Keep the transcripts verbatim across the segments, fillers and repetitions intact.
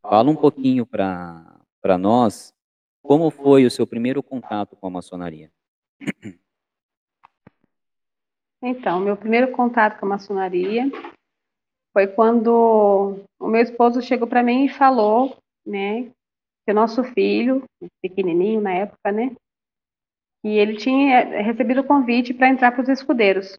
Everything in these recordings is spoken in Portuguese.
Fala um pouquinho para para nós, como foi o seu primeiro contato com a maçonaria? Então, meu primeiro contato com a maçonaria foi quando o meu esposo chegou para mim e falou, né, que o nosso filho, pequenininho na época, né, que ele tinha recebido o convite para entrar para os escudeiros.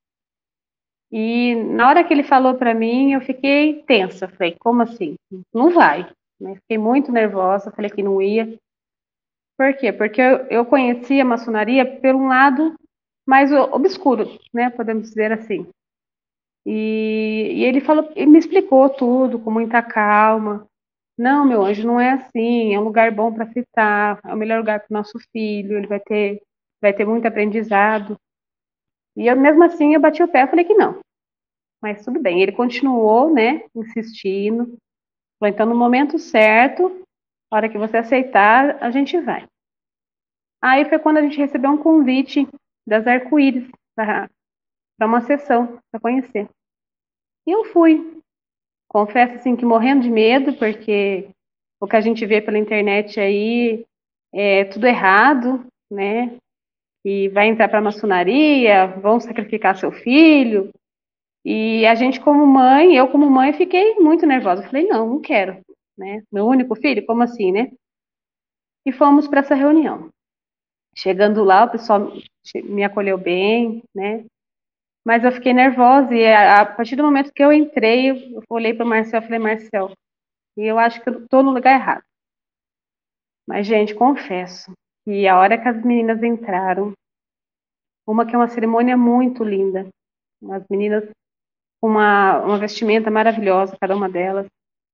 E na hora que ele falou para mim, eu fiquei tensa. Falei, como assim? Não vai. Né? Fiquei muito nervosa, falei que não ia. Por quê? Porque eu, eu conhecia a maçonaria por um lado mais obscuro, né, podemos dizer assim. E, e ele falou, ele me explicou tudo com muita calma. Não, meu anjo, não é assim. É um lugar bom para ficar. É o melhor lugar para o nosso filho. Ele vai ter, vai ter muito aprendizado. E eu mesmo assim eu bati o pé, e falei que não. Mas tudo bem. Ele continuou, né, insistindo. Falou, então no momento certo, na hora que você aceitar, a gente vai. Aí foi quando a gente recebeu um convite das Arco-Íris para uma sessão para conhecer. E eu fui. Confesso assim que morrendo de medo, porque o que a gente vê pela internet aí é tudo errado, né? E vai entrar para a maçonaria, vão sacrificar seu filho. E a gente como mãe, eu como mãe, fiquei muito nervosa. Falei, não, não quero, né? Meu único filho, como assim, né? E fomos para essa reunião. Chegando lá, o pessoal me acolheu bem, né? Mas eu fiquei nervosa e a, a partir do momento que eu entrei, eu olhei para o Marcel e falei, Marcel, e eu acho que eu estou no lugar errado. Mas, gente, confesso que a hora que as meninas entraram, uma que é uma cerimônia muito linda, as meninas com uma, uma vestimenta maravilhosa, cada uma delas.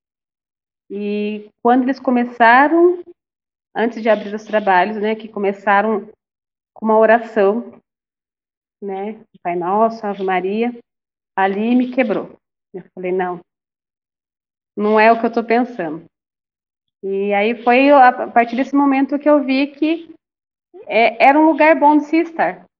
E quando eles começaram, antes de abrir os trabalhos, né, que começaram com uma oração, né, Pai Nosso, Ave Maria, ali me quebrou. Eu falei, não, não é o que eu estou pensando. E aí foi a partir desse momento que eu vi que é, era um lugar bom de se estar.